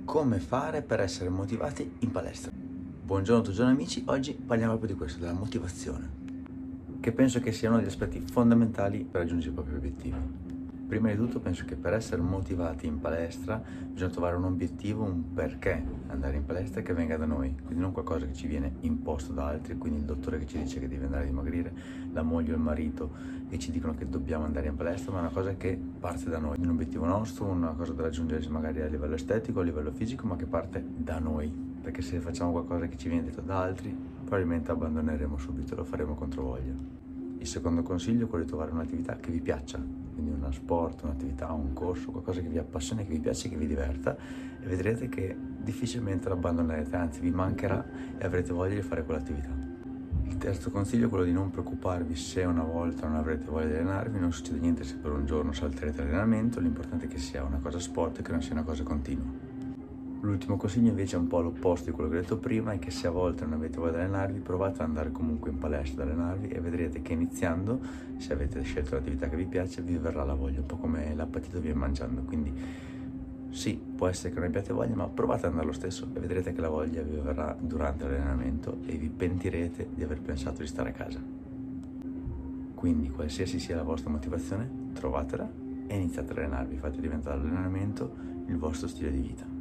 Come fare per essere motivati in palestra? Buongiorno a tutti amici, oggi parliamo proprio di questo, della motivazione, che penso che sia uno degli aspetti fondamentali per raggiungere i propri obiettivi. Prima di tutto penso che per essere motivati in palestra bisogna trovare un obiettivo, un perché andare in palestra che venga da noi, quindi non qualcosa che ci viene imposto da altri, quindi il dottore che ci dice che devi andare a dimagrire, la moglie o il marito che ci dicono che dobbiamo andare in palestra, ma è una cosa che parte da noi, un obiettivo nostro, una cosa da raggiungere magari a livello estetico, a livello fisico, ma che parte da noi, perché se facciamo qualcosa che ci viene detto da altri, probabilmente abbandoneremo subito, lo faremo contro voglia. Il secondo consiglio è quello di trovare un'attività che vi piaccia, quindi uno sport, un'attività, un corso, qualcosa che vi appassioni, che vi piace, che vi diverta, e vedrete che difficilmente lo abbandonerete, anzi vi mancherà e avrete voglia di fare quell'attività. Il terzo consiglio è quello di non preoccuparvi se una volta non avrete voglia di allenarvi, non succede niente se per un giorno salterete l'allenamento, l'importante è che sia una cosa sport e che non sia una cosa continua. L'ultimo consiglio invece è un po' l'opposto di quello che ho detto prima, è che se a volte non avete voglia di allenarvi, provate ad andare comunque in palestra ad allenarvi e vedrete che iniziando, se avete scelto l'attività che vi piace, vi verrà la voglia, un po' come l'appetito viene mangiando. Quindi sì, può essere che non abbiate voglia, ma provate ad andare lo stesso e vedrete che la voglia vi verrà durante l'allenamento e vi pentirete di aver pensato di stare a casa. Quindi qualsiasi sia la vostra motivazione, trovatela e iniziate ad allenarvi, fate diventare l'allenamento il vostro stile di vita.